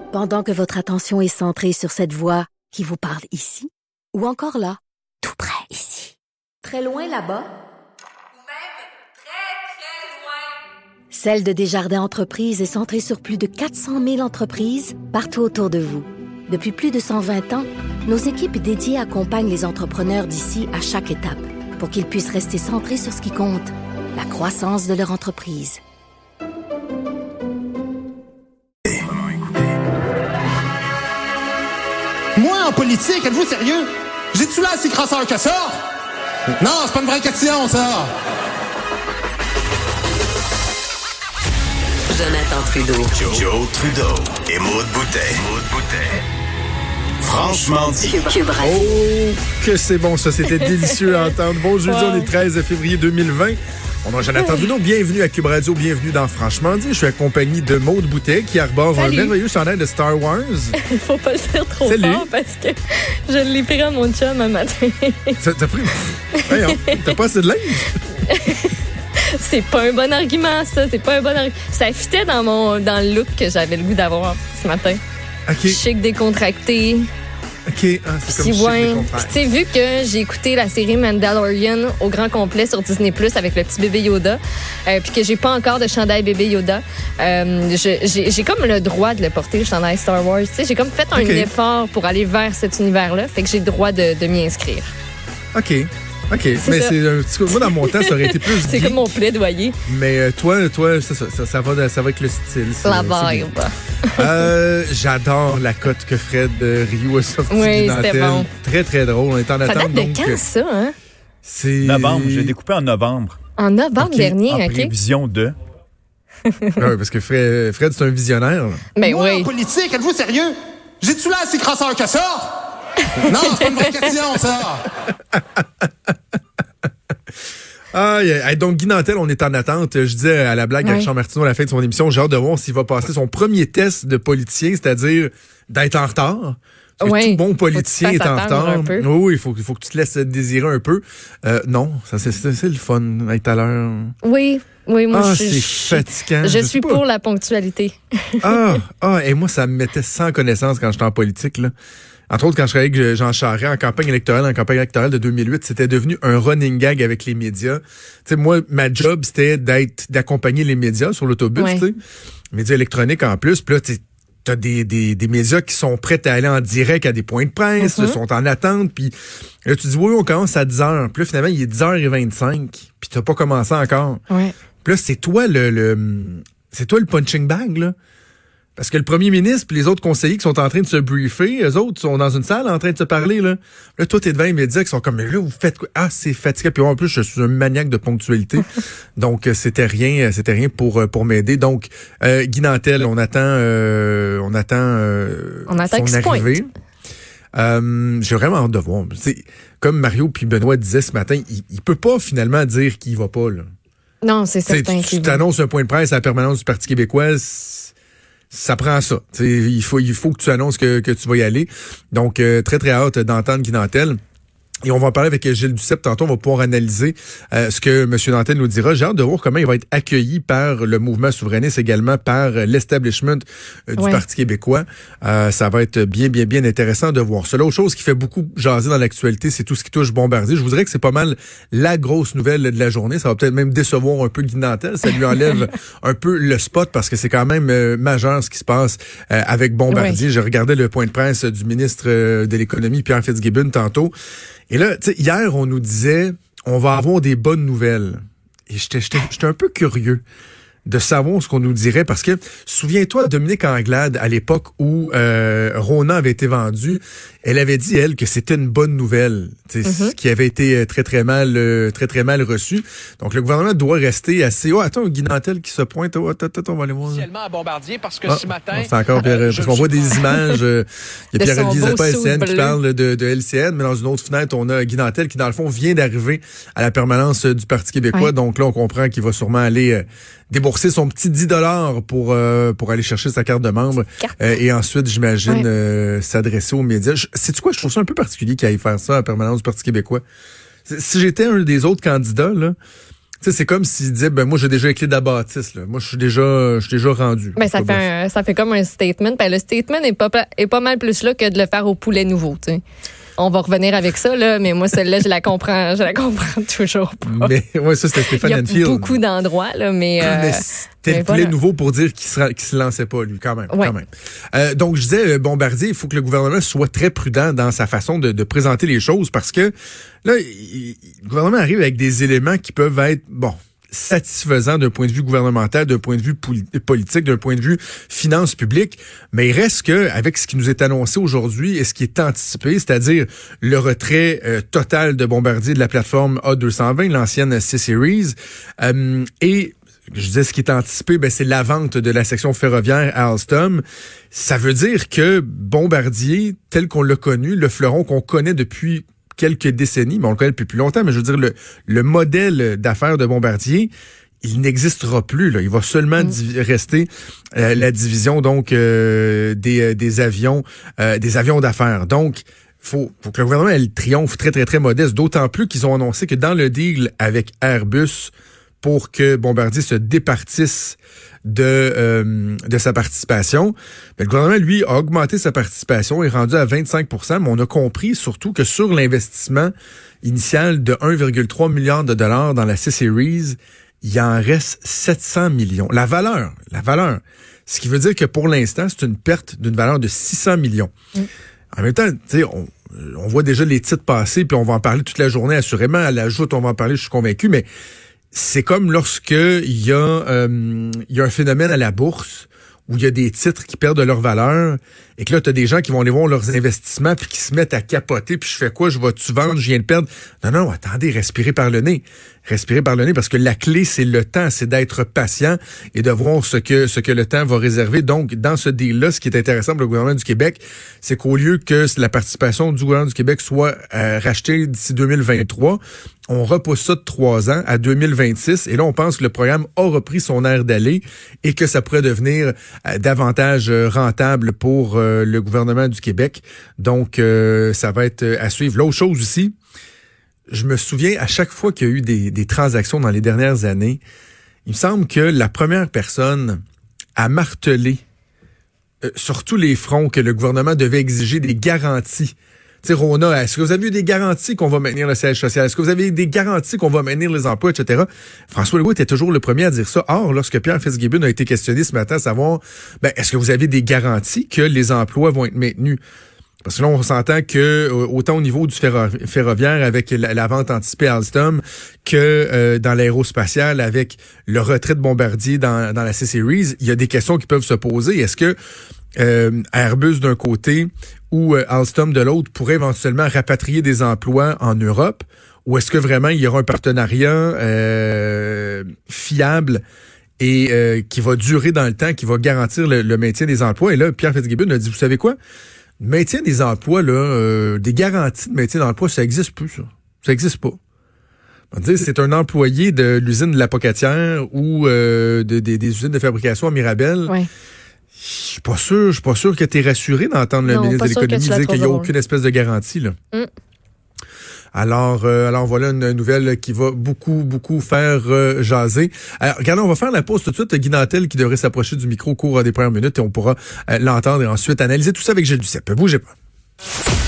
Pendant que votre attention est centrée sur cette voix qui vous parle ici, ou encore là, tout près ici, très loin là-bas, ou même très, très loin, Celle de Desjardins Entreprises est centrée sur plus de 400 000 entreprises partout autour de vous. Depuis plus de 120 ans, nos équipes dédiées accompagnent les entrepreneurs d'ici à chaque étape pour qu'ils puissent rester centrés sur ce qui compte, la croissance de leur entreprise. Moi, en politique, êtes-vous sérieux? J'ai-tu là si crasseur que ça? Non, c'est pas une vraie question, ça! Jonathan Trudeau. Joe Trudeau et Maude Boutet. Franchement dit. Cube Radio. Oh, que c'est bon, ça. C'était délicieux à entendre. Bon jeudi, on est 13 février 2020. On a Jonathan Trudeau. Bienvenue à Cube Radio. Bienvenue dans Franchement dit. Je suis accompagné de Maude Boutet qui arbore un merveilleux chandail de Star Wars. Il faut pas le dire trop fort parce que je l'ai pris à mon chum un matin. T'as pris... Voyons, t'as pas assez de linge? C'est pas un bon argument, ça. C'est pas un bon argument. Ça fitait dans le look que j'avais le goût d'avoir ce matin. OK. Chic, décontracté. OK. C'est comme chic, décontracté. Puis tu sais, vu que j'ai écouté la série Mandalorian au grand complet sur Disney+, avec le petit bébé Yoda, puis que j'ai pas encore de chandail bébé Yoda, j'ai comme le droit de le porter, le chandail Star Wars. Tu sais, j'ai comme fait un effort pour aller vers cet univers-là, fait que j'ai le droit de m'y inscrire. OK, mais c'est un petit coup. Moi, dans mon temps, ça aurait été plus. C'est comme mon plaidoyer. Mais toi, ça va avec le style. La vibe. J'adore la cote que Fred Rio a sortie. Oui, c'était bon. Très, très drôle. On est en attente. Ça date de quand, ça, hein? C'est novembre. J'ai découpé en novembre. En novembre dernier, en OK. prévision de. Oui, parce que Fred, c'est un visionnaire. Là. Ben Moi, oui. en politique, êtes-vous sérieux? J'ai-tu là si crasseur que ça? Non, c'est pas une vraie question, ça! Donc, Guy Nantel, on est en attente. Je disais à la blague à Richard Martineau à la fin de son émission, j'ai hâte de voir s'il va passer son premier test de politicien, c'est-à-dire d'être en retard. Tout bon politicien est en retard. Oui, il faut que tu te laisses désirer un peu. Non, ça c'est le fun, être à l'heure. Oui, moi c'est fatigant. Je suis pour la ponctualité. Et moi, ça me mettait sans connaissance quand j'étais en politique, là. Entre autres, quand je travaillais avec Jean Charest en campagne électorale de 2008, c'était devenu un running gag avec les médias. Tu sais, moi, ma job, c'était d'accompagner les médias sur l'autobus, tu sais. Médias électroniques en plus. Puis là, t'as des médias qui sont prêts à aller en direct à des points de presse, sont en attente. Puis là, tu dis, oui, on commence à 10h. Puis là, finalement, il est 10h25. Puis t'as pas commencé encore. Ouais. Puis là, c'est toi c'est toi le punching bag, là. Parce que le premier ministre et les autres conseillers qui sont en train de se briefer, eux autres sont dans une salle en train de se parler, là. Là, toi, t'es devant les médias qui sont comme, mais là, vous faites quoi? Ah, c'est fatigant. Puis moi, en plus, je suis un maniaque de ponctualité. Donc, c'était rien pour m'aider. Donc, Guy Nantel, on attend son arrivée. J'ai vraiment hâte de voir. C'est, comme Mario puis Benoît disaient ce matin, il peut pas finalement dire qu'il va pas, là. Non, c'est certain. Tu t'annonces un point de presse à la permanence du Parti québécois, ça prend ça. Il faut que tu annonces que tu vas y aller. Donc, très, très hâte d'entendre Guy Nantel. Et on va en parler avec Gilles Duceppe tantôt. On va pouvoir analyser ce que M. Nantel nous dira. J'ai hâte de voir comment il va être accueilli par le mouvement souverainiste, également par l'establishment du Parti québécois. Ça va être bien, bien, bien intéressant de voir ça. L'autre chose qui fait beaucoup jaser dans l'actualité, c'est tout ce qui touche Bombardier. Je vous dirais que c'est pas mal la grosse nouvelle de la journée. Ça va peut-être même décevoir un peu Guy Nantel. Ça lui enlève un peu le spot parce que c'est quand même majeur ce qui se passe avec Bombardier. Je regardais le point de presse du ministre de l'Économie, Pierre Fitzgibbon, tantôt. Et là, tu sais, hier, on nous disait, on va avoir des bonnes nouvelles. Et j'étais un peu curieux de savoir ce qu'on nous dirait, parce que, souviens-toi, Dominique Anglade, à l'époque où Rona avait été vendu, elle avait dit, elle, que c'était une bonne nouvelle, ce qui avait été très, très mal reçu. Donc, le gouvernement doit rester assez... Oh, attends, Guy Nantel qui se pointe. Oh, attends, on va aller voir. Officiellement à Bombardier, parce que ce matin... C'est encore Pierre, parce qu'on voit des images. Il y a Pierre-Olivier Zappa-SN qui parle de LCN, mais dans une autre fenêtre, on a Guy Nantel qui, dans le fond, vient d'arriver à la permanence du Parti québécois. Ouais. Donc là, on comprend qu'il va sûrement aller débourser son petit 10$ pour aller chercher sa carte de membre. Et ensuite, j'imagine, s'adresser aux médias. Sais-tu quoi? Je trouve ça un peu particulier qu'il aille faire ça à la permanence du Parti québécois. Si j'étais un des autres candidats, là, sais, c'est comme s'il disait, ben moi j'ai déjà écrit de la bâtisse, là. Moi je suis déjà rendu. Ben ça fait comme un statement. Ben le statement est pas mal plus là que de le faire au poulet nouveau, tu sais. On va revenir avec ça, là, mais moi, celle-là, je la comprends toujours pas. Mais ouais, ça, c'était Stéphane Enfield. Il y a beaucoup d'endroits, là, mais c'était le poulet nouveau pour dire qu'il se lançait pas, lui, quand même. Ouais. Quand même. Donc, je disais, Bombardier, il faut que le gouvernement soit très prudent dans sa façon de présenter les choses parce que là, le gouvernement arrive avec des éléments qui peuvent être, satisfaisant d'un point de vue gouvernemental, d'un point de vue politique, d'un point de vue finances publiques, mais il reste que avec ce qui nous est annoncé aujourd'hui et ce qui est anticipé, c'est-à-dire le retrait total de Bombardier de la plateforme A220, l'ancienne C-Series, et je disais ce qui est anticipé, c'est la vente de la section ferroviaire à Alstom. Ça veut dire que Bombardier, tel qu'on l'a connu, le fleuron qu'on connaît depuis quelques décennies, mais on le connaît depuis plus longtemps, mais je veux dire, le modèle d'affaires de Bombardier, il n'existera plus, là. Il va seulement rester la division donc des avions d'affaires. Donc, faut que le gouvernement ait le triomphe très, très, très modeste, d'autant plus qu'ils ont annoncé que dans le deal avec Airbus, pour que Bombardier se départisse de sa participation. Mais le gouvernement, lui, a augmenté sa participation, est rendu à 25%, mais on a compris surtout que sur l'investissement initial de 1,3 milliard de dollars dans la C-Series, il en reste 700 millions. La valeur. Ce qui veut dire que pour l'instant, c'est une perte d'une valeur de 600 millions. En même temps, tu sais, on voit déjà les titres passer, puis on va en parler toute la journée, assurément. À la joute, on va en parler, je suis convaincu, mais c'est comme lorsque il y a un phénomène à la bourse où il y a des titres qui perdent de leur valeur et que là, tu as des gens qui vont aller voir leurs investissements puis qui se mettent à capoter puis je fais quoi? Je vais-tu vendre? Je viens de perdre. Non, attendez, respirez par le nez. Respirez par le nez parce que la clé, c'est le temps, c'est d'être patient et de voir ce que le temps va réserver. Donc, dans ce deal-là, ce qui est intéressant pour le gouvernement du Québec, c'est qu'au lieu que la participation du gouvernement du Québec soit rachetée d'ici 2023, on repousse ça de 3 ans à 2026. Et là, on pense que le programme a repris son air d'aller et que ça pourrait devenir davantage rentable pour le gouvernement du Québec. Donc, ça va être à suivre. L'autre chose aussi, je me souviens, à chaque fois qu'il y a eu des transactions dans les dernières années, il me semble que la première personne à marteler sur tous les fronts que le gouvernement devait exiger des garanties. Tu sais, Rona, est-ce que vous avez eu des garanties qu'on va maintenir le siège social? Est-ce que vous avez eu des garanties qu'on va maintenir les emplois, etc.? François Legault était toujours le premier à dire ça. Or, lorsque Pierre Fitzgibbon a été questionné ce matin à savoir, est-ce que vous avez des garanties que les emplois vont être maintenus? Parce que là, on s'entend que autant au niveau du ferroviaire avec la vente anticipée à Alstom que dans l'aérospatial avec le retrait de Bombardier dans la C-Series, il y a des questions qui peuvent se poser. Est-ce que Airbus d'un côté ou Alstom de l'autre pourrait éventuellement rapatrier des emplois en Europe? Ou est-ce que vraiment il y aura un partenariat fiable et qui va durer dans le temps, qui va garantir le maintien des emplois? Et là, Pierre Fitzgibbon a dit, vous savez quoi? Maintien des emplois, là, des garanties de maintien d'emploi, ça existe plus, ça. Ça existe pas. On va dire, c'est un employé de l'usine de la Pocatière ou des usines de fabrication à Mirabel. Ouais. Je suis pas sûr que tu es rassuré d'entendre le ministre de l'Économie dire qu'il n'y a aucune espèce de garantie, là. Alors voilà une nouvelle qui va beaucoup faire jaser. Alors, regardez, on va faire la pause tout de suite. Guy Nantel qui devrait s'approcher du micro au cours des premières minutes et on pourra l'entendre et ensuite analyser tout ça avec Gilles Duceppe. Bougez pas.